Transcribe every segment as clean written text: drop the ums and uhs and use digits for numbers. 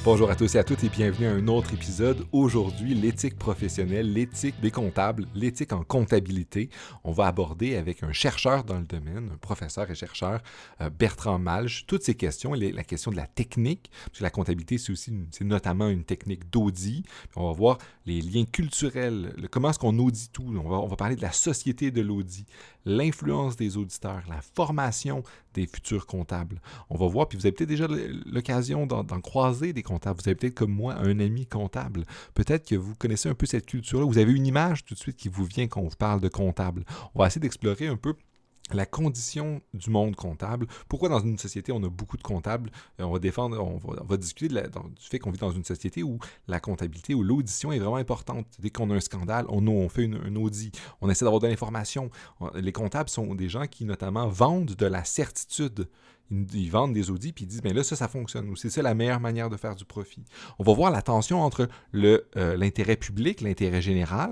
Bonjour à tous et à toutes et bienvenue à un autre épisode. Aujourd'hui, l'éthique professionnelle, l'éthique des comptables, l'éthique en comptabilité. On va aborder avec un chercheur dans le domaine, un professeur et chercheur, Bertrand Malche, toutes ces questions, la question de la technique, parce que la comptabilité, c'est notamment une technique d'audit. On va voir les liens culturels, comment est-ce qu'on audite tout. On va parler de la société de l'audit, l'influence des auditeurs, la formation des futurs comptables. On va voir, puis vous avez peut-être déjà l'occasion d'en croiser des comptables. Vous avez peut-être comme moi un ami comptable. Peut-être que vous connaissez un peu cette culture-là. Vous avez une image tout de suite qui vous vient quand on vous parle de comptable. On va essayer d'explorer un peu la condition du monde comptable. Pourquoi dans une société, on a beaucoup de comptables? On va discuter du fait qu'on vit dans une société où la comptabilité, où l'audition est vraiment importante. Dès qu'on a un scandale, on fait un audit. On essaie d'avoir de l'information. Les comptables sont des gens qui, notamment, vendent de la certitude. Ils vendent des audits puis ils disent, bien là, ça fonctionne. Ou c'est ça la meilleure manière de faire du profit. On va voir la tension entre l'intérêt public, l'intérêt général,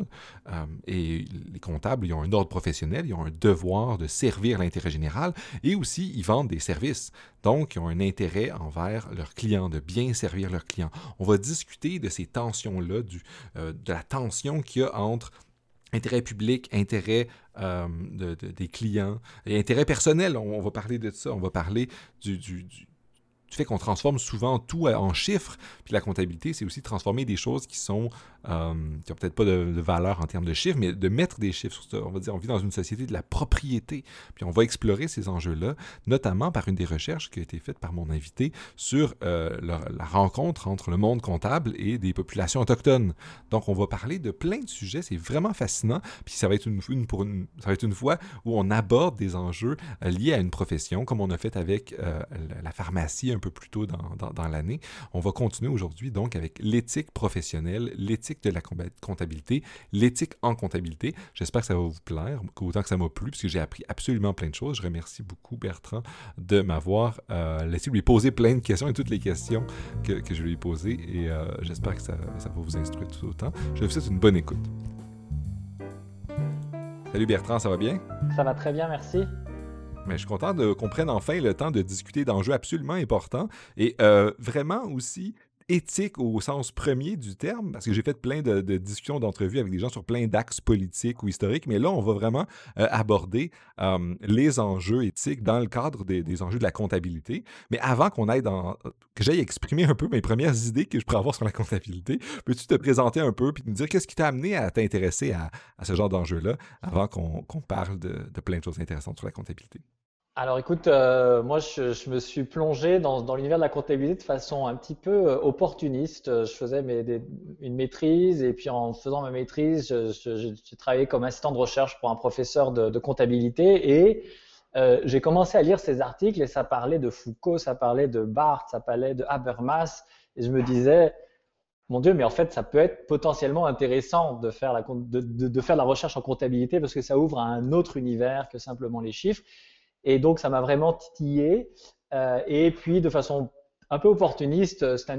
et les comptables, ils ont un ordre professionnel, ils ont un devoir de servir l'intérêt général, et aussi, ils vendent des services. Donc, ils ont un intérêt envers leurs clients, de bien servir leurs clients. On va discuter de ces tensions-là, de la tension qu'il y a entre intérêt public, intérêt des clients, et intérêt personnel, on va parler de ça, on va parler du fait qu'on transforme souvent tout en chiffres, puis la comptabilité, c'est aussi transformer des choses qui n'ont peut-être pas de valeur en termes de chiffres, mais de mettre des chiffres sur ça. On va dire, on vit dans une société de la propriété, puis on va explorer ces enjeux-là, notamment par une des recherches qui a été faite par mon invité sur la rencontre entre le monde comptable et des populations autochtones. Donc, on va parler de plein de sujets, c'est vraiment fascinant, puis ça va être une fois où on aborde des enjeux liés à une profession, comme on a fait avec la pharmacie un peu plus tôt dans l'année. On va continuer aujourd'hui donc avec l'éthique professionnelle, l'éthique de la comptabilité, l'éthique en comptabilité. J'espère que ça va vous plaire, autant que ça m'a plu, puisque j'ai appris absolument plein de choses. Je remercie beaucoup Bertrand de m'avoir laissé lui poser plein de questions et toutes les questions que je vais lui poser. Et j'espère que ça va vous instruire tout autant. Je vous souhaite une bonne écoute. Salut Bertrand, ça va bien? Ça va très bien, merci. Mais je suis content qu'on prenne enfin le temps de discuter d'enjeux absolument importants et vraiment aussi éthique au sens premier du terme, parce que j'ai fait plein de discussions, d'entrevues avec des gens sur plein d'axes politiques ou historiques, mais là, on va vraiment aborder les enjeux éthiques dans le cadre des enjeux de la comptabilité. Mais avant que j'aille exprimer un peu mes premières idées que je pourrais avoir sur la comptabilité, peux-tu te présenter un peu et nous dire qu'est-ce qui t'a amené à t'intéresser à ce genre d'enjeux-là avant qu'on parle de plein de choses intéressantes sur la comptabilité? Alors écoute, moi je me suis plongé dans l'univers de la comptabilité de façon un petit peu opportuniste. Je faisais une maîtrise et puis en faisant ma maîtrise, j'ai travaillé comme assistant de recherche pour un professeur de comptabilité et j'ai commencé à lire ces articles et ça parlait de Foucault, ça parlait de Barthes, ça parlait de Habermas et je me disais, mon Dieu, mais en fait ça peut être potentiellement intéressant de faire de faire de la recherche en comptabilité parce que ça ouvre à un autre univers que simplement les chiffres. Et donc, ça m'a vraiment titillé. Et puis, de façon un peu opportuniste, c'est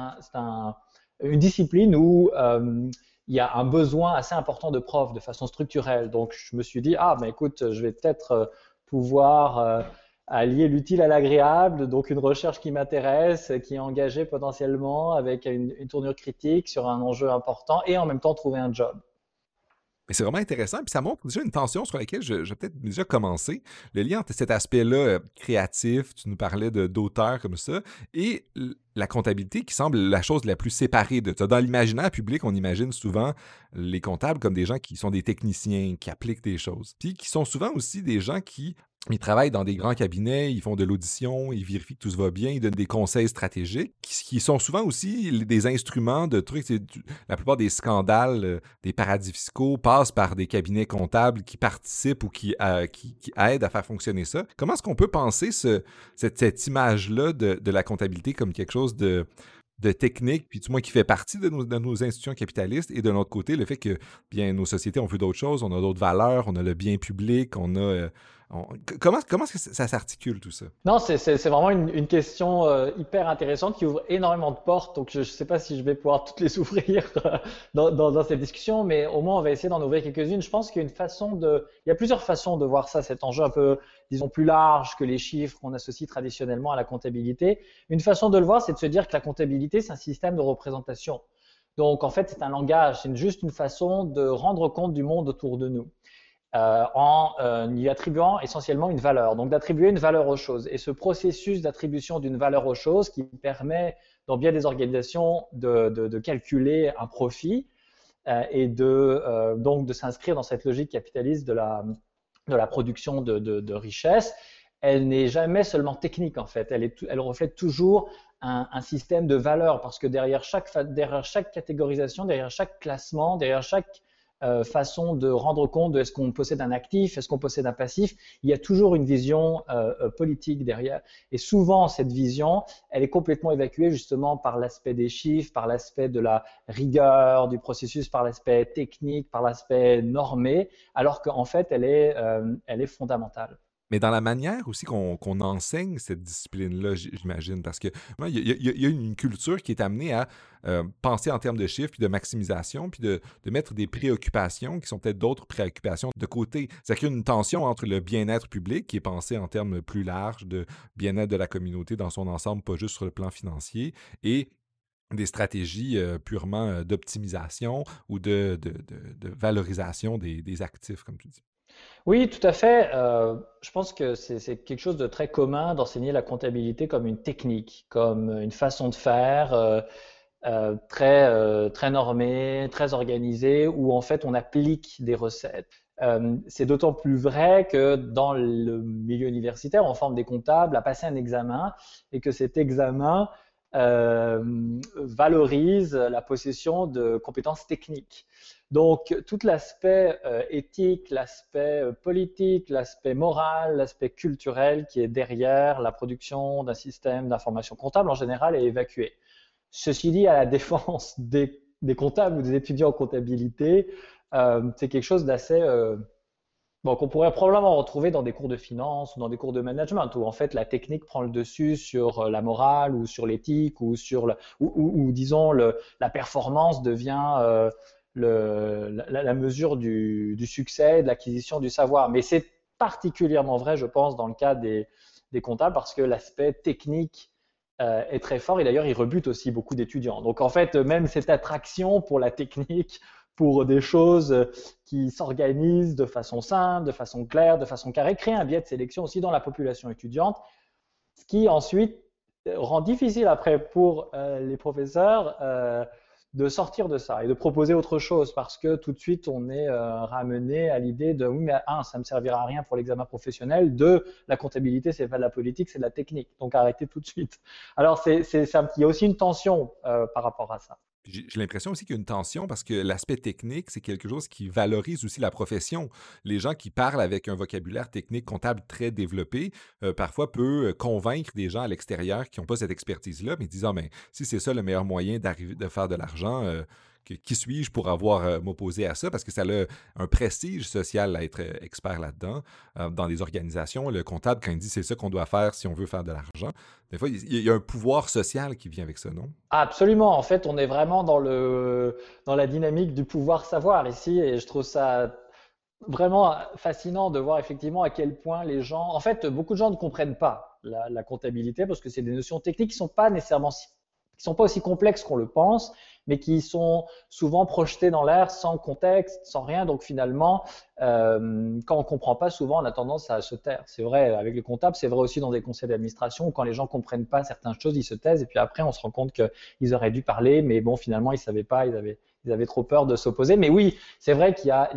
une discipline où il y a un besoin assez important de profs de façon structurelle. Donc, je me suis dit, mais écoute, je vais peut-être pouvoir allier l'utile à l'agréable. Donc, une recherche qui m'intéresse, qui est engagée potentiellement avec une tournure critique sur un enjeu important et en même temps trouver un job. Mais c'est vraiment intéressant, puis ça montre déjà une tension sur laquelle je vais peut-être déjà commencer. Le lien entre cet aspect-là créatif, tu nous parlais d'auteur comme ça, et la comptabilité qui semble la chose la plus séparée de ça. Dans l'imaginaire public, on imagine souvent les comptables comme des gens qui sont des techniciens, qui appliquent des choses, puis qui sont souvent aussi des gens qui ils travaillent dans des grands cabinets, ils font de l'audition, ils vérifient que tout se va bien, ils donnent des conseils stratégiques, qui sont souvent aussi des instruments de trucs. La plupart des scandales des paradis fiscaux passent par des cabinets comptables qui participent ou qui aident à faire fonctionner ça. Comment est-ce qu'on peut penser cette image-là de la comptabilité comme quelque chose de technique, puis du moins qui fait partie de nos institutions capitalistes, et de l'autre côté, le fait que bien nos sociétés ont vu d'autres choses, on a d'autres valeurs, on a le bien public, on Comment est-ce que ça s'articule tout ça? Non, c'est vraiment une question hyper intéressante qui ouvre énormément de portes. Donc, je ne sais pas si je vais pouvoir toutes les ouvrir dans cette discussion, mais au moins, on va essayer d'en ouvrir quelques-unes. Je pense qu'il y a il y a plusieurs façons de voir ça, cet enjeu un peu, disons, plus large que les chiffres qu'on associe traditionnellement à la comptabilité. Une façon de le voir, c'est de se dire que la comptabilité, c'est un système de représentation. Donc, en fait, c'est un langage, c'est juste une façon de rendre compte du monde autour de nous. En y attribuant essentiellement une valeur. Donc d'attribuer une valeur aux choses. Et ce processus d'attribution d'une valeur aux choses qui permet dans bien des organisations de calculer un profit et donc de s'inscrire dans cette logique capitaliste de la production de richesse, elle n'est jamais seulement technique en fait. Elle reflète toujours un système de valeurs parce que derrière chaque catégorisation, derrière chaque classement, derrière chaque façon de rendre compte de est-ce qu'on possède un actif, est-ce qu'on possède un passif, il y a toujours une vision politique derrière. Et souvent, cette vision, elle est complètement évacuée justement par l'aspect des chiffres, par l'aspect de la rigueur du processus, par l'aspect technique, par l'aspect normé, alors qu'en fait, elle est fondamentale. Mais dans la manière aussi qu'on enseigne cette discipline-là, j'imagine, parce que il y a une culture qui est amenée à penser en termes de chiffres, puis de maximisation, puis de mettre des préoccupations qui sont peut-être d'autres préoccupations de côté. Ça crée une tension entre le bien-être public, qui est pensé en termes plus larges de bien-être de la communauté dans son ensemble, pas juste sur le plan financier, et des stratégies purement d'optimisation ou de valorisation des actifs, comme tu dis. Oui, tout à fait. Je pense que c'est quelque chose de très commun d'enseigner la comptabilité comme une technique, comme une façon de faire très normée, très organisée, où en fait on applique des recettes. C'est d'autant plus vrai que dans le milieu universitaire, on forme des comptables à passer un examen et que cet examen valorise la possession de compétences techniques. Donc, tout l'aspect éthique, l'aspect politique, l'aspect moral, l'aspect culturel qui est derrière la production d'un système d'information comptable en général est évacué. Ceci dit, à la défense des comptables ou des étudiants en comptabilité, c'est quelque chose d'assez bon, qu'on pourrait probablement retrouver dans des cours de finance ou dans des cours de management, où en fait la technique prend le dessus sur la morale ou sur l'éthique ou disons la performance devient la mesure du succès, de l'acquisition du savoir. Mais c'est particulièrement vrai, je pense, dans le cas des comptables parce que l'aspect technique est très fort et d'ailleurs il rebute aussi beaucoup d'étudiants. Donc en fait, même cette attraction pour la technique, pour des choses qui s'organisent de façon simple, de façon claire, de façon carrée, crée un biais de sélection aussi dans la population étudiante, ce qui ensuite rend difficile après pour les professeurs de sortir de ça et de proposer autre chose parce que tout de suite on est ramené à l'idée de oui mais un ça me servira à rien pour l'examen professionnel, deux la comptabilité c'est pas de la politique c'est de la technique donc arrêtez tout de suite. Alors il y a aussi une tension par rapport à ça. J'ai l'impression aussi qu'il y a une tension parce que l'aspect technique, c'est quelque chose qui valorise aussi la profession. Les gens qui parlent avec un vocabulaire technique comptable très développé, parfois peut convaincre des gens à l'extérieur qui n'ont pas cette expertise-là, mais disant, mais si c'est ça le meilleur moyen d'arriver de faire de l'argent, qui suis-je pour avoir m'opposer à ça? Parce que ça a un prestige social à être expert là-dedans. Dans les organisations, le comptable, quand il dit c'est ça qu'on doit faire si on veut faire de l'argent, des fois, il y a un pouvoir social qui vient avec ça, non? Absolument. En fait, on est vraiment dans la dynamique du pouvoir savoir ici, et je trouve ça vraiment fascinant de voir effectivement à quel point les gens, en fait, beaucoup de gens ne comprennent pas la comptabilité parce que c'est des notions techniques qui sont pas aussi complexes qu'on le pense, mais qui sont souvent projetées dans l'air sans contexte, sans rien. Donc finalement, quand on comprend pas, souvent on a tendance à se taire. C'est vrai avec les comptables, c'est vrai aussi dans des conseils d'administration où quand les gens comprennent pas certaines choses, ils se taisent et puis après on se rend compte qu'ils auraient dû parler, mais bon finalement ils savaient pas, ils avaient trop peur de s'opposer. Mais oui, c'est vrai qu'il y a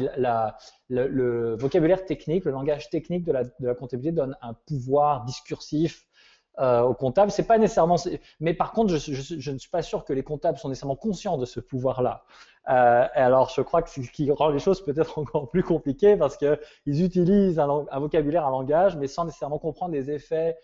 le vocabulaire technique, le langage technique de la comptabilité donne un pouvoir discursif aux comptables. C'est pas nécessairement, mais par contre, je ne suis pas sûr que les comptables sont nécessairement conscients de ce pouvoir-là. Et alors, je crois que c'est ce qui rend les choses peut-être encore plus compliquées parce qu'ils utilisent un vocabulaire, un langage, mais sans nécessairement comprendre les effets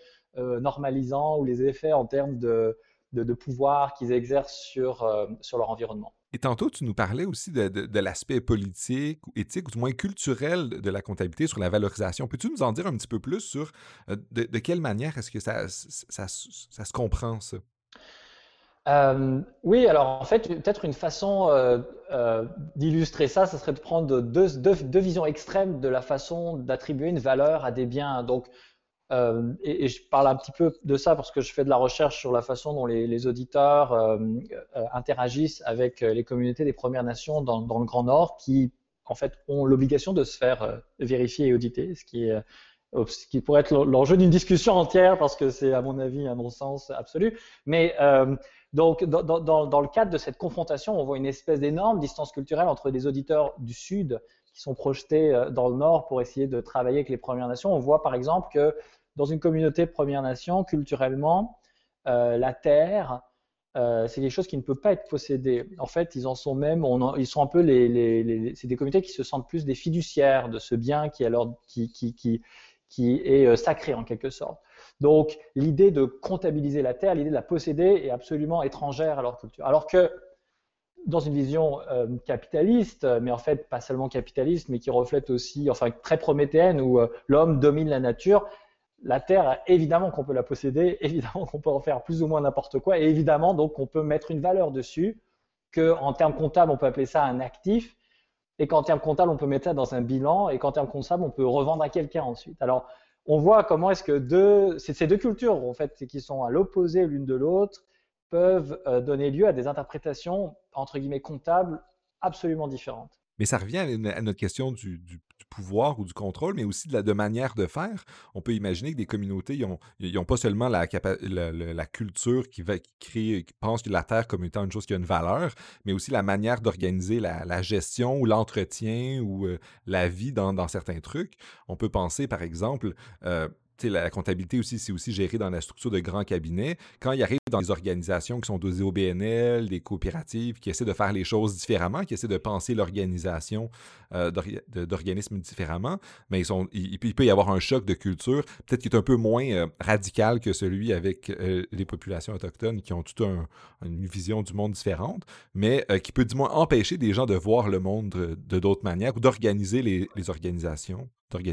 normalisants ou les effets en termes de pouvoir qu'ils exercent sur leur environnement. Et tantôt, tu nous parlais aussi de l'aspect politique ou éthique, ou du moins culturel de la comptabilité sur la valorisation. Peux-tu nous en dire un petit peu plus sur de quelle manière est-ce que ça se comprend, ça? Oui, alors en fait, peut-être une façon d'illustrer ça, ça serait de prendre deux visions extrêmes de la façon d'attribuer une valeur à des biens. Donc, et je parle un petit peu de ça parce que je fais de la recherche sur la façon dont les auditeurs interagissent avec les communautés des Premières Nations dans le Grand Nord qui, en fait, ont l'obligation de se faire vérifier et auditer, ce qui pourrait être l'enjeu d'une discussion entière parce que c'est, à mon avis, un non-sens absolu. Mais donc, dans le cadre de cette confrontation, on voit une espèce d'énorme distance culturelle entre des auditeurs du Sud qui sont projetés dans le Nord pour essayer de travailler avec les Premières Nations. On voit par exemple que dans une communauté de Premières Nations, culturellement, la terre, c'est quelque chose qui ne peut pas être possédé. En fait, ils en sont même, ils sont un peu c'est des communautés qui se sentent plus des fiduciaires de ce bien qui est sacré en quelque sorte. Donc, l'idée de comptabiliser la terre, l'idée de la posséder est absolument étrangère à leur culture. Alors que dans une vision capitaliste, mais en fait pas seulement capitaliste, mais qui reflète aussi, enfin très prométhéenne, où l'homme domine la nature, la terre, évidemment qu'on peut la posséder, évidemment qu'on peut en faire plus ou moins n'importe quoi, et évidemment donc qu'on peut mettre une valeur dessus, qu'en termes comptables on peut appeler ça un actif, et qu'en termes comptables on peut mettre ça dans un bilan, et qu'en termes comptables on peut revendre à quelqu'un ensuite. Alors on voit comment est-ce que ces deux cultures en fait qui sont à l'opposé l'une de l'autre peuvent donner lieu à des interprétations entre guillemets comptables absolument différentes. Mais ça revient à notre question du pouvoir ou du contrôle, mais aussi de manière de faire. On peut imaginer que des communautés, ils ont pas seulement la culture qui crée, qui pense que la terre comme étant une chose qui a une valeur, mais aussi la manière d'organiser la gestion ou l'entretien ou la vie dans certains trucs. On peut penser, par exemple, tu sais, la comptabilité aussi, c'est aussi géré dans la structure de grands cabinets. Quand ils arrivent dans des organisations qui sont dosées au BNL, des coopératives, qui essaient de faire les choses différemment, qui essaient de penser l'organisation d'organismes différemment, mais il peut y avoir un choc de culture, peut-être qui est un peu moins radical que celui avec les populations autochtones qui ont toute une vision du monde différente, mais qui peut du moins empêcher des gens de voir le monde de d'autres manières ou d'organiser les organisations,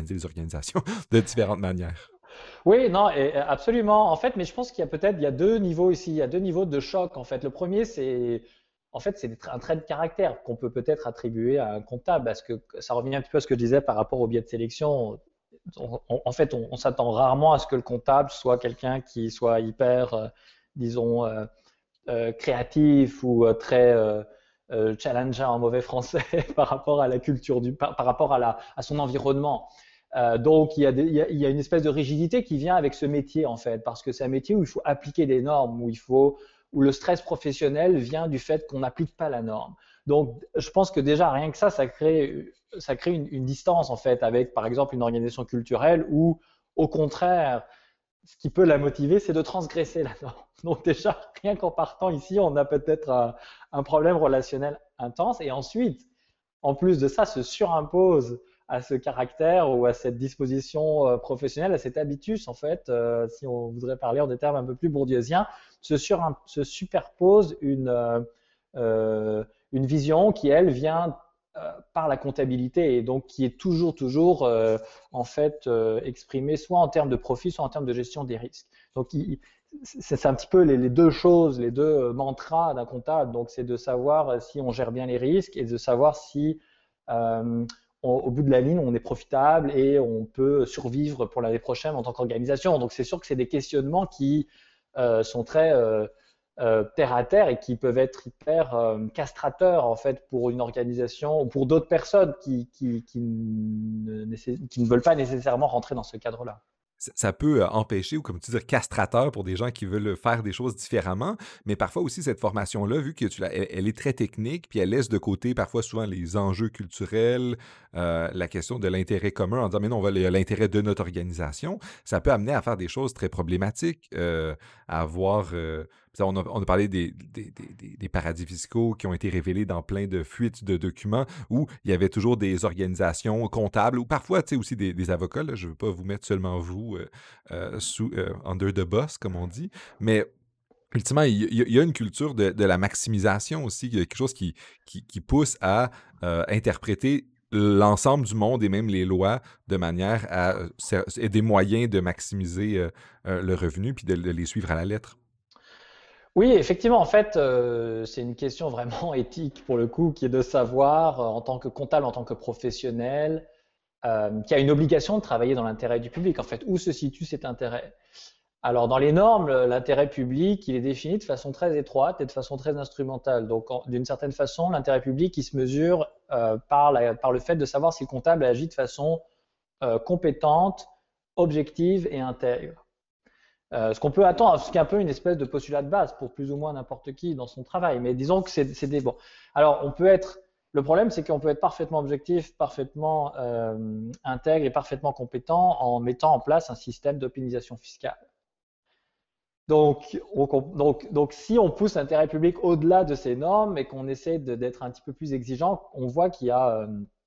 de différentes manières. Oui, non, absolument. En fait, mais je pense qu'il y a deux niveaux ici. Il y a deux niveaux de choc. En fait, le premier, c'est un trait de caractère qu'on peut peut-être attribuer à un comptable, parce que ça revient un petit peu à ce que je disais par rapport au biais de sélection. En fait, on s'attend rarement à ce que le comptable soit quelqu'un qui soit hyper, disons, créatif ou très challenger en mauvais français par rapport à la culture par rapport à son environnement. Donc, il y a une espèce de rigidité qui vient avec ce métier, en fait, parce que c'est un métier où il faut appliquer des normes, où le stress professionnel vient du fait qu'on n'applique pas la norme. Donc, je pense que déjà, rien que ça crée une distance, en fait, avec, par exemple, une organisation culturelle où, au contraire, ce qui peut la motiver, c'est de transgresser la norme. Donc, déjà, rien qu'en partant ici, on a peut-être un problème relationnel intense. Et ensuite, en plus de ça, se surimpose à ce caractère ou à cette disposition professionnelle, à cet habitus, en fait, si on voudrait parler en des termes un peu plus bourdieusiens, se superpose une vision qui, elle, vient par la comptabilité et donc qui est toujours en fait exprimée soit en termes de profit, soit en termes de gestion des risques. Donc, c'est un petit peu les deux choses, les deux mantras d'un comptable. Donc, c'est de savoir si on gère bien les risques et de savoir si au bout de la ligne, on est profitable et on peut survivre pour l'année prochaine en tant qu'organisation. Donc, c'est sûr que c'est des questionnements qui sont très terre à terre et qui peuvent être hyper castrateurs en fait pour une organisation ou pour d'autres personnes qui ne veulent pas nécessairement rentrer dans ce cadre-là. Ça peut empêcher ou, comme tu dis, castrateur pour des gens qui veulent faire des choses différemment, mais parfois aussi cette formation-là, vu que elle est très technique, puis elle laisse de côté parfois souvent les enjeux culturels, la question de l'intérêt commun en disant mais non, on va l'intérêt de notre organisation, ça peut amener à faire des choses très problématiques, à avoir... on a parlé des paradis fiscaux qui ont été révélés dans plein de fuites de documents où il y avait toujours des organisations comptables ou parfois aussi des avocats. Là, je ne veux pas vous mettre seulement vous under the bus, comme on dit, mais Ultimement, il y a une culture de la maximisation aussi, quelque chose qui pousse à interpréter l'ensemble du monde et même les lois de manière à et des moyens de maximiser le revenu puis de les suivre à la lettre. Oui, effectivement, en fait, c'est une question vraiment éthique pour le coup, qui est de savoir, en tant que comptable, en tant que professionnel, qui a une obligation de travailler dans l'intérêt du public. En fait, où se situe cet intérêt? Alors, dans les normes, l'intérêt public, il est défini de façon très étroite et de façon très instrumentale. Donc, d'une certaine façon, l'intérêt public, il se mesure par le fait de savoir si le comptable agit de façon compétente, objective et intègre. Ce qu'on peut attendre, ce qui est un peu une espèce de postulat de base pour plus ou moins n'importe qui dans son travail. Mais disons que c'est des bons. Alors, on peut être. Le problème, c'est qu'on peut être parfaitement objectif, parfaitement intègre et parfaitement compétent en mettant en place un système d'optimisation fiscale. Donc, si on pousse l'intérêt public au-delà de ces normes et qu'on essaie d'être un petit peu plus exigeant, on voit qu'il y a,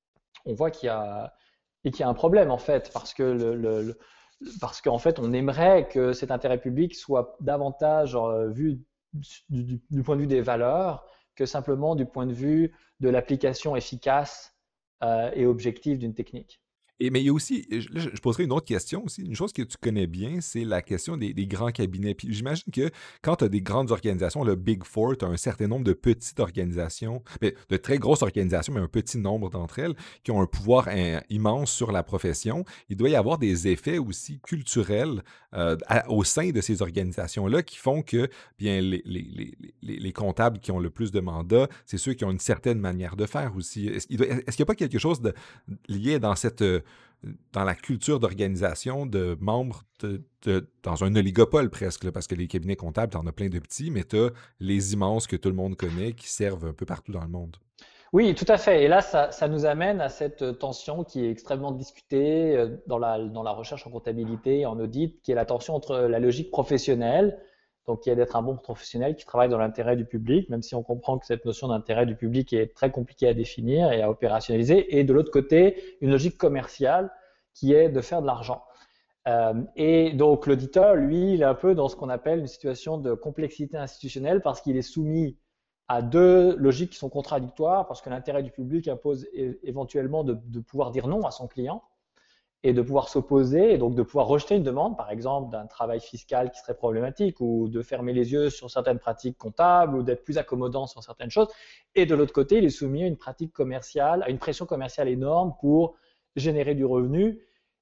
et qu'il y a un problème en fait, parce qu'en fait, on aimerait que cet intérêt public soit davantage vu du point de vue des valeurs que simplement du point de vue de l'application efficace et objective d'une technique. Mais il y a aussi, là, je poserai une autre question aussi. Une chose que tu connais bien, c'est la question des grands cabinets. Puis j'imagine que quand tu as des grandes organisations, le Big Four, tu as un certain nombre de petites organisations, mais de très grosses organisations, mais un petit nombre d'entre elles, qui ont un pouvoir immense sur la profession. Il doit y avoir des effets aussi culturels au sein de ces organisations-là qui font que bien, les comptables qui ont le plus de mandats, c'est ceux qui ont une certaine manière de faire aussi. Est-ce qu'il n'y a pas quelque chose lié dans la culture d'organisation de membres dans un oligopole presque, là, parce que les cabinets comptables, tu en as plein de petits, mais tu as les immenses que tout le monde connaît qui servent un peu partout dans le monde. Oui, tout à fait. Et là, ça nous amène à cette tension qui est extrêmement discutée dans la recherche en comptabilité et en audit, qui est la tension entre la logique professionnelle, donc qui est d'être un bon professionnel qui travaille dans l'intérêt du public, même si on comprend que cette notion d'intérêt du public est très compliquée à définir et à opérationnaliser, et de l'autre côté, une logique commerciale qui est de faire de l'argent. Et donc l'auditeur, lui, il est un peu dans ce qu'on appelle une situation de complexité institutionnelle parce qu'il est soumis à deux logiques qui sont contradictoires, parce que l'intérêt du public impose éventuellement de pouvoir dire non à son client et de pouvoir s'opposer, et donc de pouvoir rejeter une demande, par exemple d'un travail fiscal qui serait problématique, ou de fermer les yeux sur certaines pratiques comptables, ou d'être plus accommodant sur certaines choses. Et de l'autre côté, il est soumis à une pratique commerciale, à une pression commerciale énorme pour générer du revenu,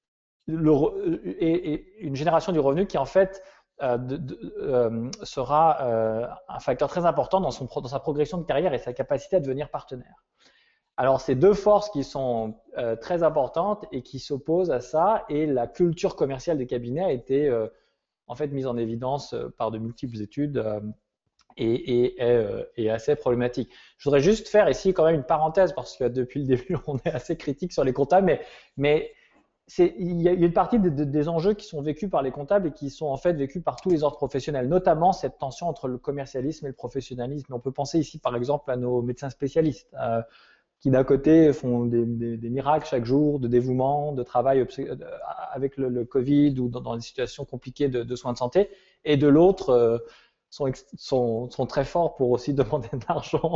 et une génération du revenu qui en fait sera un facteur très important dans sa progression de carrière et sa capacité à devenir partenaire. Alors, c'est deux forces qui sont très importantes et qui s'opposent à ça, et la culture commerciale des cabinets a été en fait mise en évidence par de multiples études et est assez problématique. Je voudrais juste faire ici quand même une parenthèse, parce que depuis le début, on est assez critique sur les comptables, mais il y a une partie des enjeux qui sont vécus par les comptables et qui sont en fait vécus par tous les ordres professionnels, notamment cette tension entre le commercialisme et le professionnalisme. On peut penser ici par exemple à nos médecins spécialistes qui d'un côté font des miracles chaque jour de dévouement, de travail avec le Covid ou dans des situations compliquées de soins de santé, et de l'autre sont très forts pour aussi demander de l'argent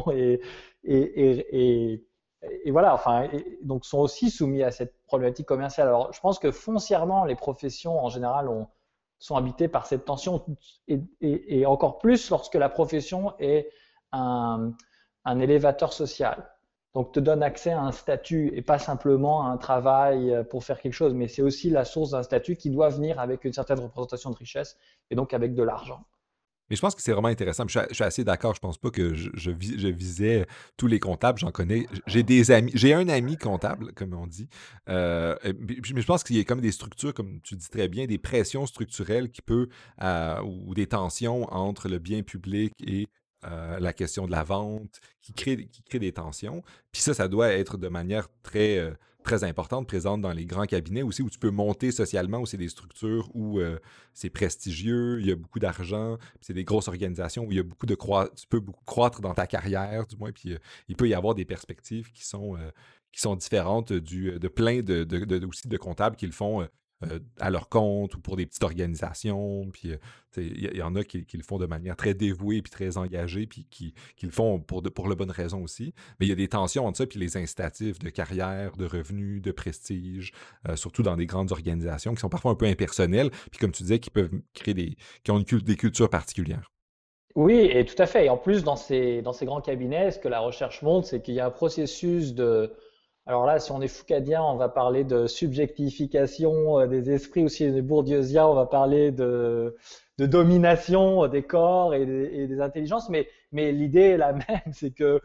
et voilà, enfin, donc sont aussi soumis à cette problématique commerciale. Alors, je pense que foncièrement, les professions en général sont habitées par cette tension, et encore plus lorsque la profession est un élévateur social. Donc, te donne accès à un statut et pas simplement à un travail pour faire quelque chose, mais c'est aussi la source d'un statut qui doit venir avec une certaine représentation de richesse et donc avec de l'argent. Mais je pense que c'est vraiment intéressant. Je suis assez d'accord. Je pense pas que je visais tous les comptables. J'en connais. J'ai des amis. J'ai un ami comptable, comme on dit. Mais je pense qu'il y a comme des structures, comme tu dis très bien, des pressions structurelles ou des tensions entre le bien public et la question de la vente qui crée des tensions. Puis ça doit être de manière très importante, présente dans les grands cabinets aussi, où tu peux monter socialement, où c'est des structures où c'est prestigieux, il y a beaucoup d'argent, puis c'est des grosses organisations où il y a tu peux beaucoup croître dans ta carrière, du moins, puis il peut y avoir des perspectives qui sont différentes de plein aussi de comptables qui le font à leur compte ou pour des petites organisations. Puis il y en a qui le font de manière très dévouée puis très engagée, puis qui le font pour la bonne raison aussi. Mais il y a des tensions entre ça puis les incitatifs de carrière, de revenus, de prestige, surtout dans des grandes organisations qui sont parfois un peu impersonnelles, puis comme tu disais, qui peuvent créer qui ont des cultures particulières. Oui, et tout à fait. Et en plus, dans ces grands cabinets, ce que la recherche montre, c'est qu'il y a un processus de... Alors là, si on est foucadien, on va parler de subjectification des esprits, aussi des bourdieusien, on va parler de domination des corps et des intelligences. Mais l'idée est la même, c'est que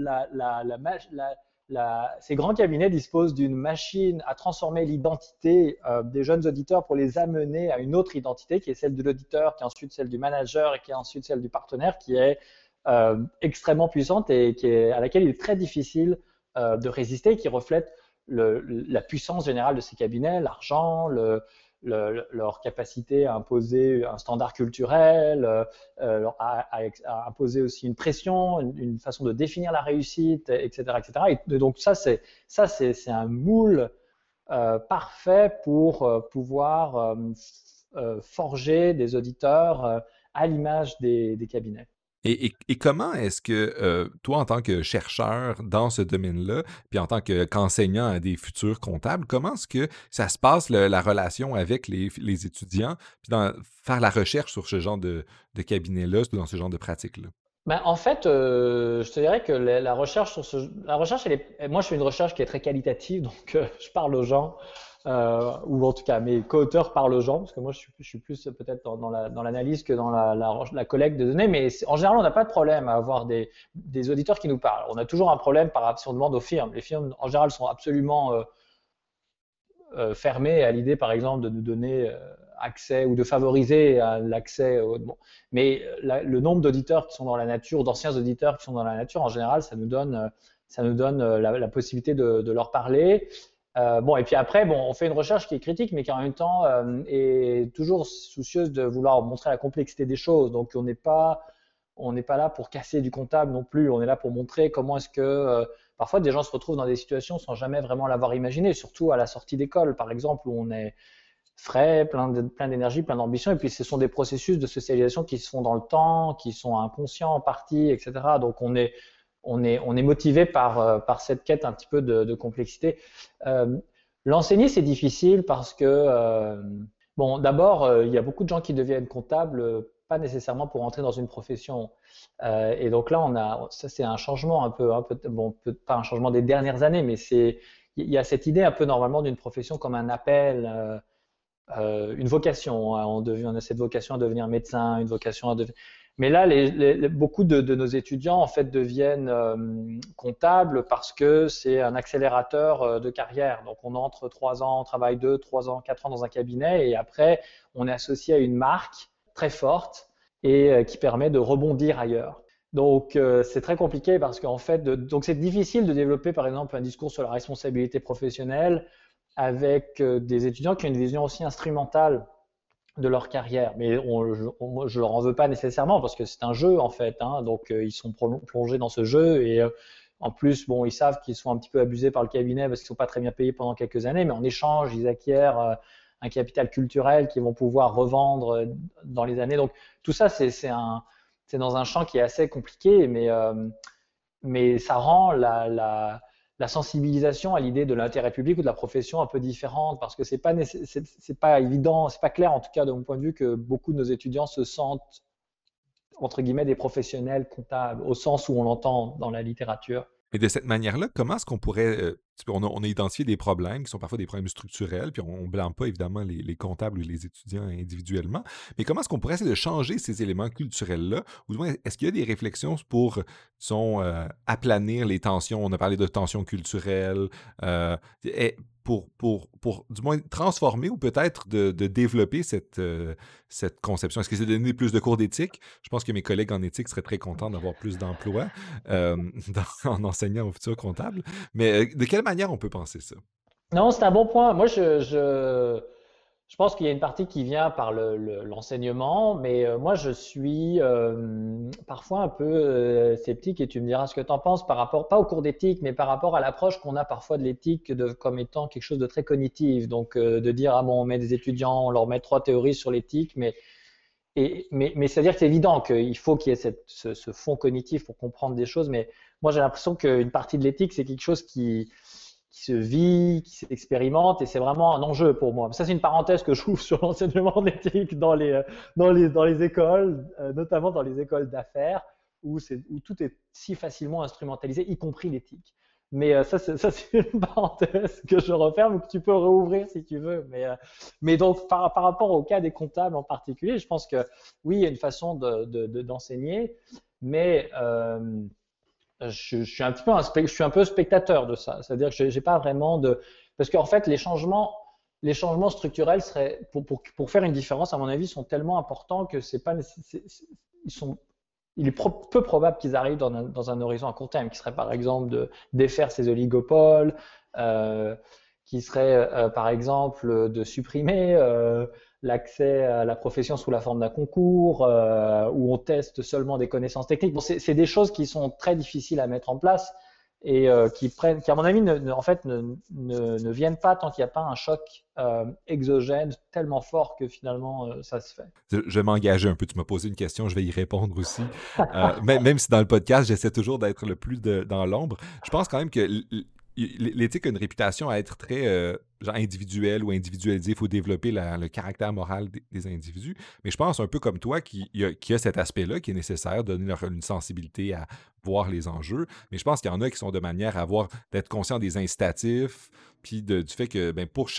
ces grands cabinets disposent d'une machine à transformer l'identité des jeunes auditeurs pour les amener à une autre identité qui est celle de l'auditeur, qui est ensuite celle du manager et qui est ensuite celle du partenaire, qui est extrêmement puissante et à laquelle il est très difficile de résister, qui reflète la puissance générale de ces cabinets, l'argent, leur capacité à imposer un standard culturel, à imposer aussi une pression, une façon de définir la réussite, etc., etc. Et donc c'est un moule parfait pour pouvoir forger des auditeurs à l'image des cabinets. Et comment est-ce que toi, en tant que chercheur dans ce domaine-là, puis en tant qu'enseignant à des futurs comptables, comment est-ce que ça se passe, la relation avec les étudiants, puis faire la recherche sur ce genre de cabinet-là, dans ce genre de pratique-là? Ben, en fait, je te dirais que la recherche la recherche, moi, je fais une recherche qui est très qualitative, donc je parle aux gens, ou en tout cas mes co-auteurs parlent aux gens, parce que moi, je suis plus peut-être dans l'analyse que dans la collecte de données, mais en général, on n'a pas de problème à avoir des auditeurs qui nous parlent. On a toujours un problème si on demande aux firmes. Les firmes, en général, sont absolument fermé à l'idée, par exemple, de nous donner accès ou de favoriser l'accès. Bon. Mais le nombre d'auditeurs qui sont dans la nature, d'anciens auditeurs qui sont dans la nature, en général, ça nous donne la possibilité de leur parler. Bon, et puis après, bon, on fait une recherche qui est critique, mais qui en même temps est toujours soucieuse de vouloir montrer la complexité des choses. Donc, on n'est pas là pour casser du comptable non plus. On est là pour montrer comment est-ce que parfois des gens se retrouvent dans des situations sans jamais vraiment l'avoir imaginé, surtout à la sortie d'école, par exemple, où on est frais, plein d'énergie, plein d'ambition. Et puis, ce sont des processus de socialisation qui se font dans le temps, qui sont inconscients en partie, etc. Donc, on est motivé par cette quête un petit peu de complexité. Euh, L'enseigner, c'est difficile parce que, bon, d'abord, il y a beaucoup de gens qui deviennent comptables, pas nécessairement pour entrer dans une profession. Et donc là, ça c'est un changement bon, pas un changement des dernières années, mais il y a cette idée un peu normalement d'une profession comme un appel, une vocation, hein. On a cette vocation à devenir médecin, une vocation à devenir. Mais là, beaucoup de nos étudiants en fait deviennent comptables parce que c'est un accélérateur de carrière. Donc on entre 3 ans, on travaille 2, 3 ans, 4 ans dans un cabinet et après on est associé à une marque très forte et qui permet de rebondir ailleurs. Donc c'est très compliqué parce qu'en fait, donc c'est difficile de développer par exemple un discours sur la responsabilité professionnelle avec des étudiants qui ont une vision aussi instrumentale de leur carrière. Mais je leur en veux pas nécessairement parce que c'est un jeu en fait, hein, donc ils sont plongés dans ce jeu et en plus, bon, ils savent qu'ils sont un petit peu abusés par le cabinet parce qu'ils sont pas très bien payés pendant quelques années, mais en échange, ils acquièrent un capital culturel qu'ils vont pouvoir revendre dans les années. Donc tout ça, c'est dans un champ qui est assez compliqué, mais ça rend la sensibilisation à l'idée de l'intérêt public ou de la profession un peu différente parce que c'est pas évident, c'est pas clair en tout cas de mon point de vue que beaucoup de nos étudiants se sentent entre guillemets des professionnels comptables au sens où on l'entend dans la littérature. Et de cette manière-là, comment est-ce qu'on pourrait... on a identifié des problèmes qui sont parfois des problèmes structurels, puis on ne blâme pas évidemment les comptables ou les étudiants individuellement, mais comment est-ce qu'on pourrait essayer de changer ces éléments culturels-là? Ou du moins, est-ce qu'il y a des réflexions pour, disons, aplanir les tensions? On a parlé de tensions culturelles, pour du moins transformer ou peut-être de développer cette conception. Est-ce que c'est de donner plus de cours d'éthique? Je pense que mes collègues en éthique seraient très contents d'avoir plus d'emplois en enseignant aux futurs comptables. Mais de quelle manière on peut penser ça? Non, c'est un bon point. Moi, Je pense qu'il y a une partie qui vient par l'enseignement, mais moi je suis parfois un peu sceptique et tu me diras ce que tu en penses par rapport, pas au cours d'éthique, mais par rapport à l'approche qu'on a parfois de l'éthique comme étant quelque chose de très cognitif. Donc de dire, ah bon, on met des étudiants, on leur met 3 théories sur l'éthique, mais c'est-à-dire que c'est évident qu'il faut qu'il y ait ce fond cognitif pour comprendre des choses, mais moi j'ai l'impression qu'une partie de l'éthique, c'est quelque chose qui se vit, qui s'expérimente, et c'est vraiment un enjeu pour moi. Ça, c'est une parenthèse que j'ouvre sur l'enseignement d'éthique dans les écoles, notamment dans les écoles d'affaires, où tout est si facilement instrumentalisé, y compris l'éthique. Mais ça, c'est une parenthèse que je referme ou que tu peux rouvrir si tu veux. Mais donc, par rapport au cas des comptables en particulier, je pense que oui, il y a une façon d'enseigner, mais je suis un petit peu je suis un peu spectateur de ça. C'est-à-dire que j'ai pas vraiment de parce qu'en fait les changements structurels seraient pour faire une différence à mon avis sont tellement importants que c'est pas ils sont il est peu probable qu'ils arrivent dans un horizon à court terme, qui serait par exemple de défaire ces oligopoles, euh, qui serait par exemple de supprimer l'accès à la profession sous la forme d'un concours, où on teste seulement des connaissances techniques. Bon, c'est des choses qui sont très difficiles à mettre en place et qui à mon avis, en fait, ne viennent pas tant qu'il n'y a pas un choc exogène tellement fort que finalement ça se fait. Je vais m'engager un peu. Tu m'as posé une question, je vais y répondre aussi. Même si dans le podcast, j'essaie toujours d'être le plus dans l'ombre, je pense quand même que l'éthique a une réputation à être très genre individuelle ou individualisée. Il faut développer le caractère moral des individus. Mais je pense un peu comme toi qui a cet aspect-là qui est nécessaire, donner leur une sensibilité à voir les enjeux. Mais je pense qu'il y en a qui sont de manière à d'être conscient des incitatifs, puis du fait que pour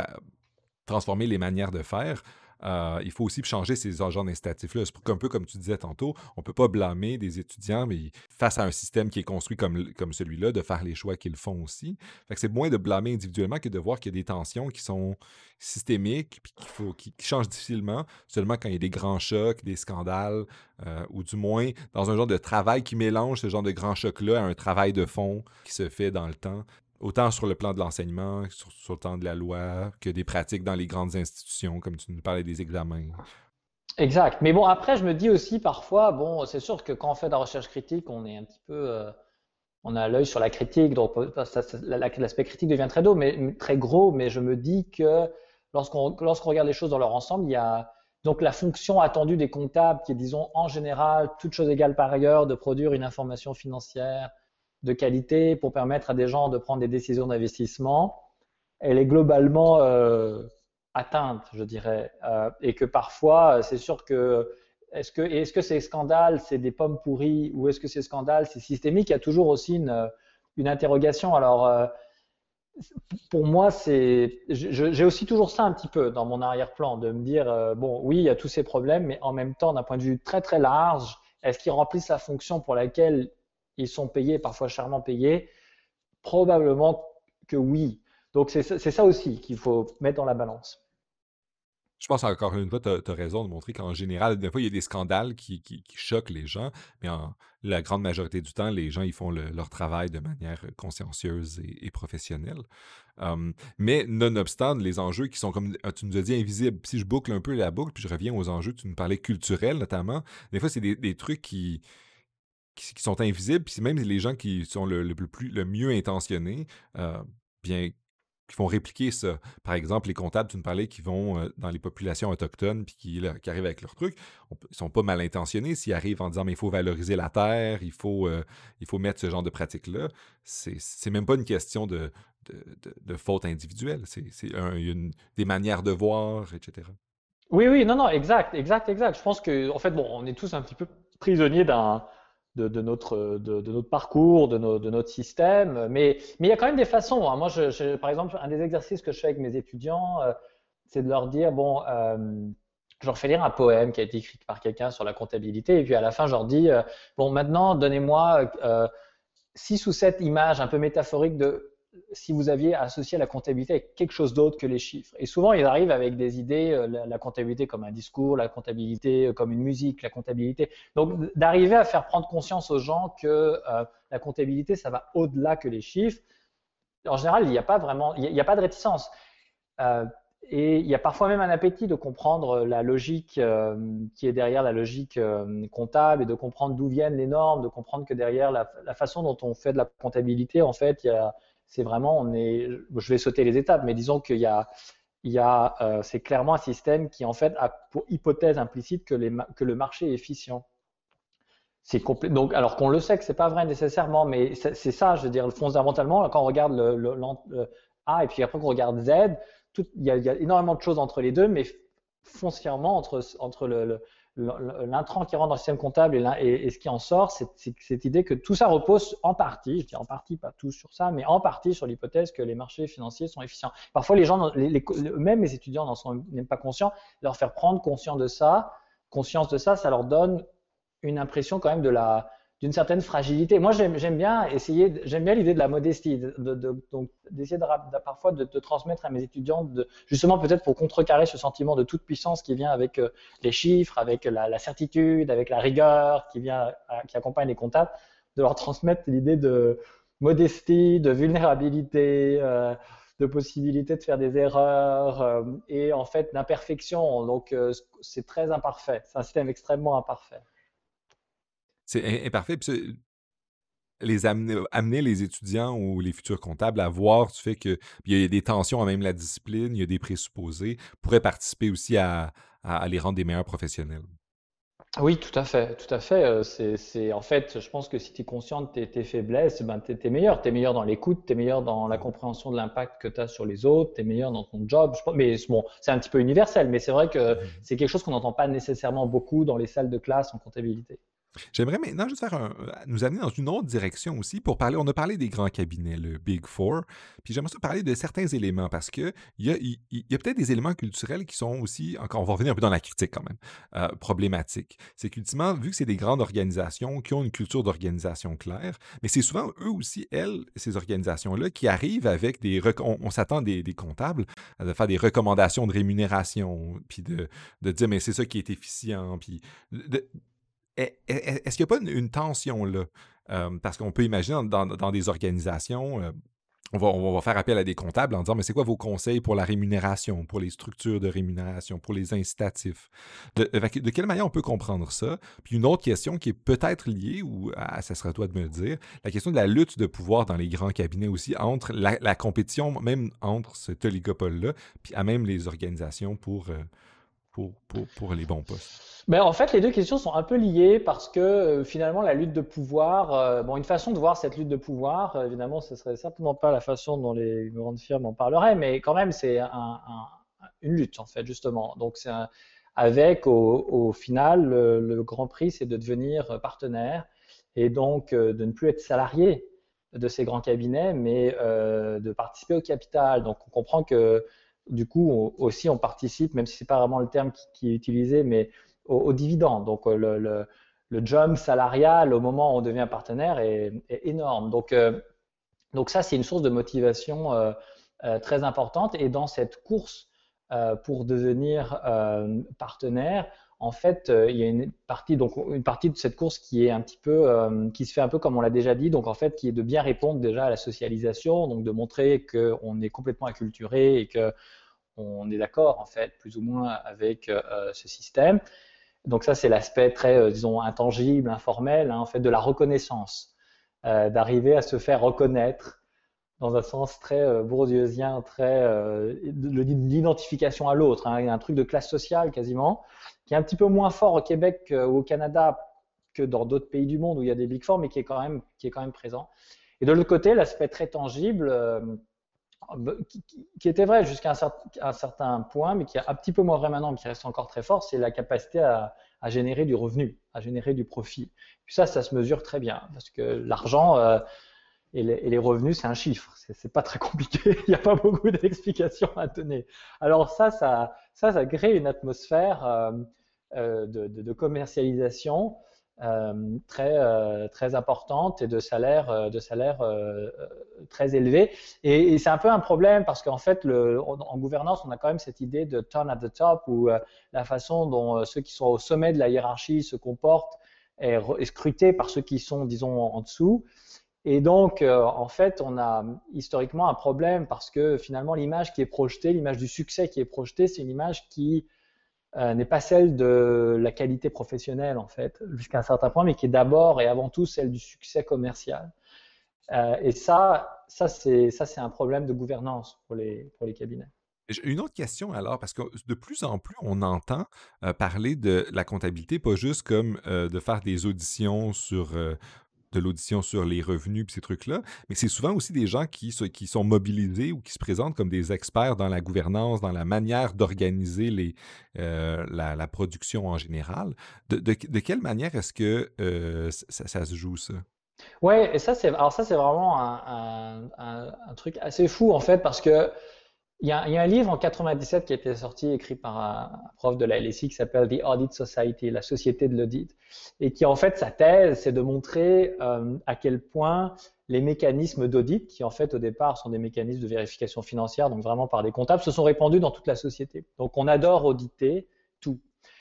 transformer les manières de faire, il faut aussi changer ces agents incitatifs-là. C'est un peu comme tu disais tantôt, on ne peut pas blâmer des étudiants, mais face à un système qui est construit comme celui-là, de faire les choix qu'ils font aussi. Fait que c'est moins de blâmer individuellement que de voir qu'il y a des tensions qui sont systémiques, puis qui changent difficilement, seulement quand il y a des grands chocs, des scandales, ou du moins dans un genre de travail qui mélange ce genre de grands chocs-là à un travail de fond qui se fait dans le temps. Autant sur le plan de l'enseignement, sur le plan de la loi, que des pratiques dans les grandes institutions, comme tu nous parlais des examens. Exact. Mais bon, après, je me dis aussi parfois, bon, c'est sûr que quand on fait de la recherche critique, on est un petit peu, on a l'œil sur la critique, donc l'aspect critique devient très gros, mais je me dis que lorsqu'on regarde les choses dans leur ensemble, il y a donc la fonction attendue des comptables qui est, disons, en général, toute chose égale par ailleurs, de produire une information financière de qualité pour permettre à des gens de prendre des décisions d'investissement. Elle est globalement atteinte, je dirais, et que parfois, c'est sûr que est-ce que ces scandales, c'est des pommes pourries ou est-ce que ces scandales, c'est systémique? Il y a toujours aussi une interrogation. Alors, pour moi, j'ai aussi toujours ça un petit peu dans mon arrière-plan, de me dire, bon, oui, il y a tous ces problèmes, mais en même temps, d'un point de vue très très large, est-ce qu'ils remplissent la fonction pour laquelle ils sont payés, parfois chèrement payés? Probablement que oui. Donc c'est ça aussi qu'il faut mettre dans la balance. Je pense encore une fois, tu as raison de montrer qu'en général, des fois, il y a des scandales qui choquent les gens, mais la grande majorité du temps, les gens ils font leur travail de manière consciencieuse et professionnelle. Mais nonobstant les enjeux qui sont, comme tu nous as dit, invisibles. Si je boucle un peu la boucle, puis je reviens aux enjeux, tu nous parlais culturels notamment, des fois, c'est des trucs qui sont invisibles, puis c'est même les gens qui sont le mieux intentionnés, bien qui font répliquer ça. Par exemple, les comptables, tu nous parlais, qui vont dans les populations autochtones puis qui arrivent avec leurs trucs, ils sont pas mal intentionnés. S'ils arrivent en disant mais il faut valoriser la terre, il faut mettre ce genre de pratiques-là, c'est même pas une question de faute individuelle. Il y a des manières de voir, etc. Oui, oui, non, non, exact, exact, exact. Je pense que, en fait, bon, on est tous un petit peu prisonniers de notre parcours, de notre système, mais il y a quand même des façons, hein. Moi, par exemple, un des exercices que je fais avec mes étudiants, c'est de leur dire, bon, je leur fais lire un poème qui a été écrit par quelqu'un sur la comptabilité, et puis à la fin, je leur dis, bon, maintenant, donnez-moi 6 ou 7 images un peu métaphoriques de si vous aviez associé la comptabilité avec quelque chose d'autre que les chiffres. Et souvent, ils arrivent avec des idées, la comptabilité comme un discours, la comptabilité comme une musique, la comptabilité. Donc, d'arriver à faire prendre conscience aux gens que la comptabilité, ça va au-delà que les chiffres. En général, il n'y a pas vraiment, il n'y a pas de réticence. et il y a parfois même un appétit de comprendre la logique qui est derrière la logique comptable et de comprendre d'où viennent les normes, de comprendre que derrière la façon dont on fait de la comptabilité, en fait, c'est vraiment, je vais sauter les étapes, mais disons c'est clairement un système qui, en fait, a pour hypothèse implicite que le marché est efficient. Donc, alors qu'on le sait que c'est pas vrai nécessairement, mais c'est ça, je veux dire, fondamentalement, quand on regarde le A et puis après qu'on regarde Z, il y a énormément de choses entre les deux, mais foncièrement, entre l'intrant qui rentre dans le système comptable et ce qui en sort, c'est cette idée que tout ça repose en partie, je dis en partie, pas tout sur ça, mais en partie sur l'hypothèse que les marchés financiers sont efficients. Parfois, les gens, même les étudiants n'en sont même pas conscients, leur faire prendre conscience de ça, ça leur donne une impression quand même d'une certaine fragilité. Moi, j'aime bien l'idée de la modestie, donc d'essayer parfois de transmettre à mes étudiants, justement peut-être pour contrecarrer ce sentiment de toute puissance qui vient avec les chiffres, avec la certitude, avec la rigueur qui accompagne les comptables, de leur transmettre l'idée de modestie, de vulnérabilité, de possibilité de faire des erreurs et en fait d'imperfection. Donc, c'est très imparfait. C'est un système extrêmement imparfait. C'est imparfait. Puis amener les étudiants ou les futurs comptables à voir du fait que il y a des tensions à même la discipline, il y a des présupposés, pourrait participer aussi à les rendre des meilleurs professionnels. Oui, tout à fait, tout à fait. En fait, je pense que si tu es conscient de tes faiblesses, ben, tu es meilleur. Tu es meilleur dans l'écoute, tu es meilleur dans la compréhension de l'impact que tu as sur les autres, tu es meilleur dans ton job. Mais bon, c'est un petit peu universel, mais c'est vrai que c'est quelque chose qu'on n'entend pas nécessairement beaucoup dans les salles de classe en comptabilité. J'aimerais maintenant juste nous amener dans une autre direction aussi pour parler. On a parlé des grands cabinets, le Big Four, puis j'aimerais ça parler de certains éléments parce que il y a peut-être des éléments culturels qui sont aussi, encore, on va revenir un peu dans la critique quand même, problématiques. C'est qu'ultimement, vu que c'est des grandes organisations qui ont une culture d'organisation claire, mais c'est souvent eux aussi, ces organisations-là, qui arrivent avec on s'attend des comptables de faire des recommandations de rémunération, puis de dire, mais c'est ça qui est efficient, puis est-ce qu'il n'y a pas une tension là? Parce qu'on peut imaginer dans des organisations, on va faire appel à des comptables en disant, mais c'est quoi vos conseils pour la rémunération, pour les structures de rémunération, pour les incitatifs? De quelle manière on peut comprendre ça? Puis une autre question qui est peut-être liée, ça sera à toi de me le dire, la question de la lutte de pouvoir dans les grands cabinets aussi, entre la compétition, même entre cet oligopole-là, puis à même les organisations pour les bons postes. Ben, en fait, les deux questions sont un peu liées parce que finalement, la lutte de pouvoir, bon, une façon de voir cette lutte de pouvoir, évidemment, ce serait certainement pas la façon dont les grandes firmes en parleraient, mais quand même, c'est une lutte, en fait, justement. Donc, avec au final, le grand prix, c'est de devenir partenaire et donc de ne plus être salarié de ces grands cabinets, mais de participer au capital. Donc, on comprend que du coup, aussi, on participe, même si c'est pas vraiment le terme qui est utilisé, mais aux dividendes. Donc, le jump salarial au moment où on devient partenaire est énorme. Donc ça, c'est une source de motivation très importante. Et dans cette course pour devenir partenaire, en fait, il y a une partie de cette course qui est un petit peu, qui se fait un peu comme on l'a déjà dit, donc en fait, qui est de bien répondre déjà à la socialisation, donc de montrer qu'on est complètement acculturé et qu'on est d'accord en fait, plus ou moins avec ce système. Donc ça, c'est l'aspect très, disons, intangible, informel, hein, en fait, de la reconnaissance, d'arriver à se faire reconnaître dans un sens très bourdieusien, très l'identification à l'autre. Hein. Il y a un truc de classe sociale quasiment, qui est un petit peu moins fort au Québec ou au Canada que dans d'autres pays du monde où il y a des Big Four, mais qui est quand même présent. Et de l'autre côté, l'aspect très tangible, qui était vrai jusqu'à un certain point, mais qui est un petit peu moins vrai maintenant, mais qui reste encore très fort, c'est la capacité à générer du revenu, à générer du profit. Puis ça se mesure très bien, parce que l'argent et les revenus, c'est un chiffre. C'est pas très compliqué. Il n'y a pas beaucoup d'explications à donner. Alors ça crée une atmosphère de commercialisation très importante et de salaire très élevé. Et c'est un peu un problème parce qu'en fait, en gouvernance, on a quand même cette idée de turn at the top où la façon dont ceux qui sont au sommet de la hiérarchie se comportent est scrutée par ceux qui sont, disons, en dessous. Et donc, en fait, on a historiquement un problème parce que finalement, l'image qui est projetée, l'image du succès qui est projetée, c'est une image qui n'est pas celle de la qualité professionnelle, en fait, jusqu'à un certain point, mais qui est d'abord et avant tout celle du succès commercial. Et ça, c'est un problème de gouvernance pour les cabinets. J'ai une autre question alors, parce que de plus en plus, on entend parler de la comptabilité, pas juste comme de faire des auditions sur de l'audition sur les revenus et ces trucs-là, mais c'est souvent aussi des gens qui sont mobilisés ou qui se présentent comme des experts dans la gouvernance, dans la manière d'organiser la production en général. De quelle manière est-ce que ça se joue, ça? Ouais, et ça, c'est vraiment un truc assez fou, en fait, parce que il y a un livre en 97 qui a été sorti, écrit par un prof de la LSI qui s'appelle The Audit Society, la société de l'audit, et qui en fait sa thèse, c'est de montrer à quel point les mécanismes d'audit, qui en fait au départ sont des mécanismes de vérification financière, donc vraiment par des comptables, se sont répandus dans toute la société. Donc on adore auditer tout.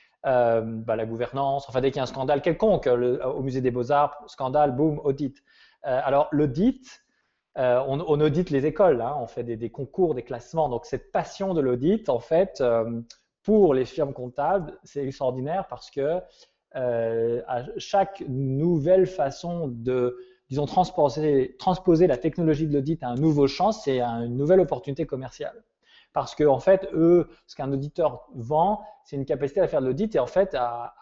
La gouvernance, enfin dès qu'il y a un scandale quelconque, au musée des Beaux-Arts, scandale, boum, audit. Alors l'audit, on audite les écoles, hein, on fait des concours, des classements. Donc cette passion de l'audit, en fait, pour les firmes comptables, c'est extraordinaire parce que à chaque nouvelle façon de, disons, transposer la technologie de l'audit à un nouveau champ, c'est une nouvelle opportunité commerciale. Parce que, en fait, eux, ce qu'un auditeur vend, c'est une capacité à faire de l'audit et en fait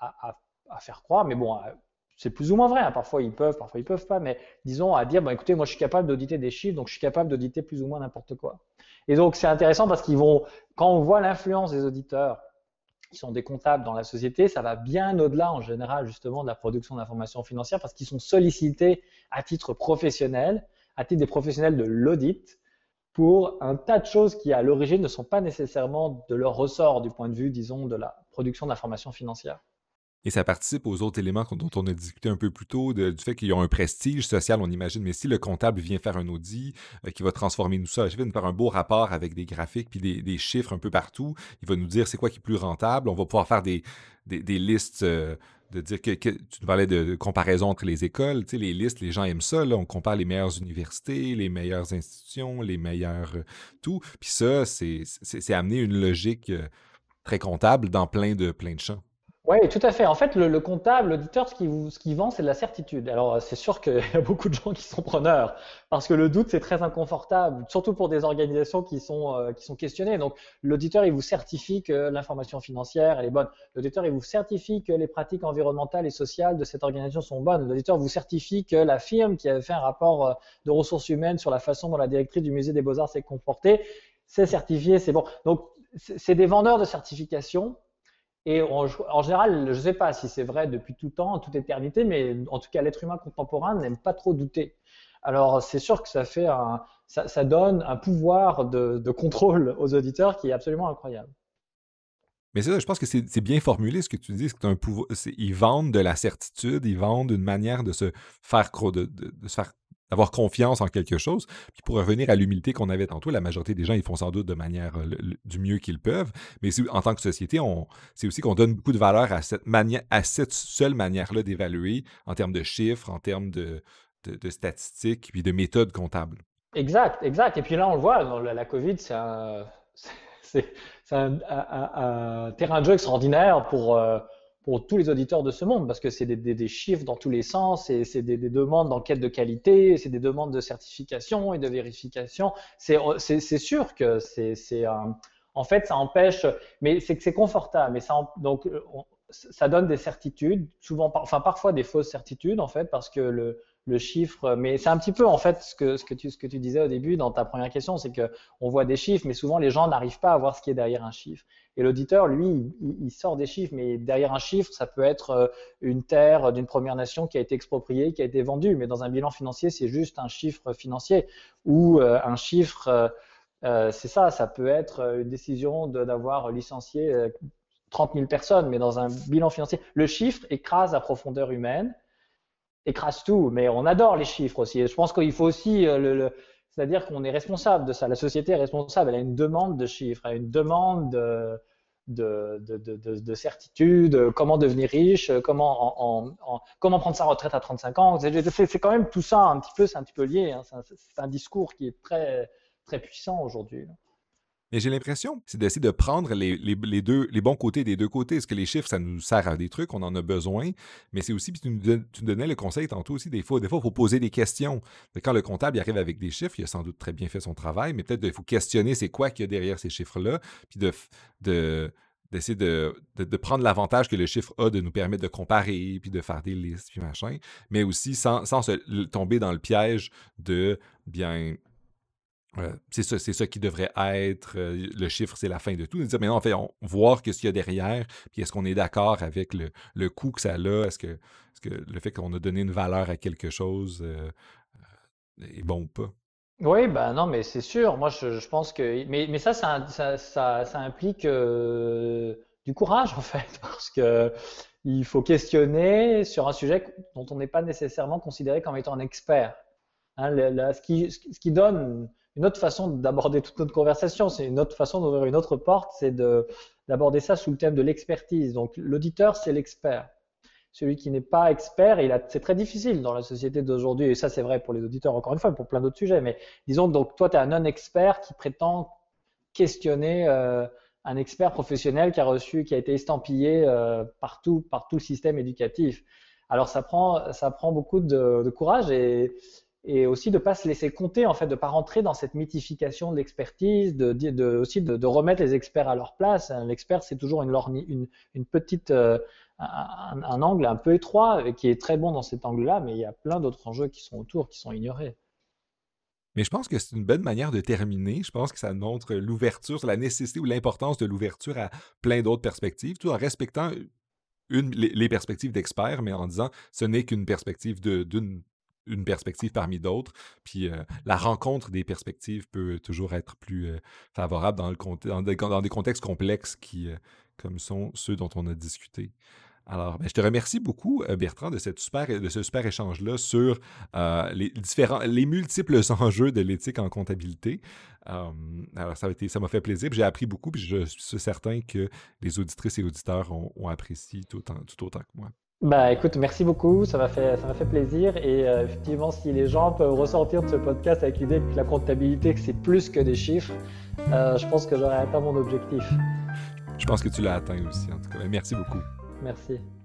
à faire croire, mais bon, c'est plus ou moins vrai, hein. Parfois ils peuvent pas, mais disons à dire, bon, écoutez, moi je suis capable d'auditer des chiffres, donc je suis capable d'auditer plus ou moins n'importe quoi. Et donc c'est intéressant parce quand on voit l'influence des auditeurs qui sont des comptables dans la société, ça va bien au-delà en général justement de la production d'informations financières parce qu'ils sont sollicités à titre professionnel, à titre des professionnels de l'audit, pour un tas de choses qui à l'origine ne sont pas nécessairement de leur ressort du point de vue, disons, de la production d'informations financières. Et ça participe aux autres éléments dont on a discuté un peu plus tôt, du fait qu'ils ont un prestige social, on imagine. Mais si le comptable vient faire un audit, qui va transformer nous ça, il vient nous faire un beau rapport avec des graphiques puis des chiffres un peu partout, il va nous dire c'est quoi qui est plus rentable. On va pouvoir faire des listes, de dire que tu nous parlais de comparaison entre les écoles. Tu sais, les listes, les gens aiment ça. Là, on compare les meilleures universités, les meilleures institutions, les meilleurs tout. Puis ça, c'est amener une logique très comptable dans plein de champs. Oui, tout à fait. En fait, le comptable, l'auditeur, ce qu'il vend, c'est de la certitude. Alors, c'est sûr qu'il y a beaucoup de gens qui sont preneurs, parce que le doute, c'est très inconfortable, surtout pour des organisations qui sont questionnées. Donc, l'auditeur, il vous certifie que l'information financière, elle est bonne. L'auditeur, il vous certifie que les pratiques environnementales et sociales de cette organisation sont bonnes. L'auditeur vous certifie que la firme qui avait fait un rapport de ressources humaines sur la façon dont la directrice du musée des Beaux-Arts s'est comportée, c'est certifié, c'est bon. Donc, c'est des vendeurs de certification. Et en général, je ne sais pas si c'est vrai depuis tout temps, toute éternité, mais en tout cas, l'être humain contemporain n'aime pas trop douter. Alors, c'est sûr que ça donne un pouvoir de contrôle aux auditeurs qui est absolument incroyable. Mais ça, je pense que c'est bien formulé ce que tu dis, c'est un pouvoir, ils vendent de la certitude, ils vendent une manière de se faire de se faire avoir confiance en quelque chose. Puis pour revenir à l'humilité qu'on avait tantôt, la majorité des gens, ils font sans doute de manière du mieux qu'ils peuvent. Mais en tant que société, c'est aussi qu'on donne beaucoup de valeur à cette manière, à cette seule manière-là d'évaluer en termes de chiffres, en termes de statistiques, puis de méthodes comptables. Exact, exact. Et puis là, on le voit, dans la Covid, c'est c'est un terrain de jeu extraordinaire pour tous les auditeurs de ce monde, parce que c'est des chiffres dans tous les sens, et c'est des demandes d'enquête de qualité, c'est des demandes de certification et de vérification. C'est sûr que en fait, ça empêche, mais c'est que c'est confortable. Mais ça donne des certitudes, souvent, enfin parfois des fausses certitudes, en fait, parce que le chiffre, mais c'est un petit peu en fait ce que tu disais au début dans ta première question, c'est que on voit des chiffres, mais souvent les gens n'arrivent pas à voir ce qui est derrière un chiffre. Et l'auditeur, lui, il sort des chiffres, mais derrière un chiffre, ça peut être une terre d'une Première Nation qui a été expropriée, qui a été vendue, mais dans un bilan financier, c'est juste un chiffre financier ou un chiffre. C'est ça, ça peut être une décision d'avoir licencié 30 000 personnes, mais dans un bilan financier, le chiffre écrase la profondeur humaine, écrase tout, mais on adore les chiffres aussi. Et je pense qu'il faut aussi, c'est-à-dire qu'on est responsable de ça. La société est responsable, elle a une demande de chiffres, elle a une demande de certitude, comment devenir riche, comment prendre sa retraite à 35 ans. C'est quand même tout ça un petit peu, c'est un petit peu lié, hein. C'est un discours qui est très, très puissant aujourd'hui. Mais j'ai l'impression, c'est d'essayer de prendre les bons côtés des deux côtés. Est-ce que les chiffres, ça nous sert à des trucs, on en a besoin, mais c'est aussi, puis tu donnais le conseil tantôt aussi, des fois, il faut poser des questions. Quand le comptable il arrive avec des chiffres, il a sans doute très bien fait son travail, mais peut-être il faut questionner c'est quoi qu'il y a derrière ces chiffres-là, puis d'essayer de prendre l'avantage que le chiffre a de nous permettre de comparer, puis de faire des listes, puis machin, mais aussi sans tomber dans le piège de, bien... c'est ça qui devrait être, le chiffre, c'est la fin de tout. De dire, mais non, en fait, voir ce qu'il y a derrière, puis est-ce qu'on est d'accord avec le coût que ça a, est-ce que le fait qu'on a donné une valeur à quelque chose est bon ou pas? Oui, ben non, mais c'est sûr. Moi, je pense que, mais ça implique du courage en fait, parce que il faut questionner sur un sujet dont on n'est pas nécessairement considéré comme étant un expert. Hein, ce qui donne une autre façon d'aborder toute notre conversation, c'est une autre façon d'ouvrir une autre porte, c'est d'aborder ça sous le thème de l'expertise. Donc, l'auditeur, c'est l'expert. Celui qui n'est pas expert, c'est très difficile dans la société d'aujourd'hui, et ça c'est vrai pour les auditeurs encore une fois, pour plein d'autres sujets, mais disons donc toi tu es un non-expert qui prétend questionner un expert professionnel qui a été estampillé partout par tout le système éducatif. Alors ça prend beaucoup de courage et aussi de ne pas se laisser compter, en fait, de ne pas rentrer dans cette mythification de l'expertise, aussi de remettre les experts à leur place. L'expert, c'est toujours une petite, un angle un peu étroit qui est très bon dans cet angle-là, mais il y a plein d'autres enjeux qui sont autour, qui sont ignorés. Mais je pense que c'est une bonne manière de terminer. Je pense que ça montre l'ouverture, la nécessité ou l'importance de l'ouverture à plein d'autres perspectives, tout en respectant les perspectives d'experts, mais en disant ce n'est qu'une perspective une perspective parmi d'autres. Puis la rencontre des perspectives peut toujours être plus favorable dans des contextes complexes comme sont ceux dont on a discuté. Alors, je te remercie beaucoup, Bertrand, de ce super échange-là sur les multiples enjeux de l'éthique en comptabilité. Alors, ça m'a fait plaisir, puis j'ai appris beaucoup, puis je suis certain que les auditrices et auditeurs ont apprécié tout autant que moi. Bah écoute, merci beaucoup, ça m'a fait plaisir et effectivement si les gens peuvent ressortir de ce podcast avec l'idée que la comptabilité que c'est plus que des chiffres, je pense que j'aurais atteint mon objectif. Je pense que tu l'as atteint aussi, en tout cas. Merci beaucoup. Merci.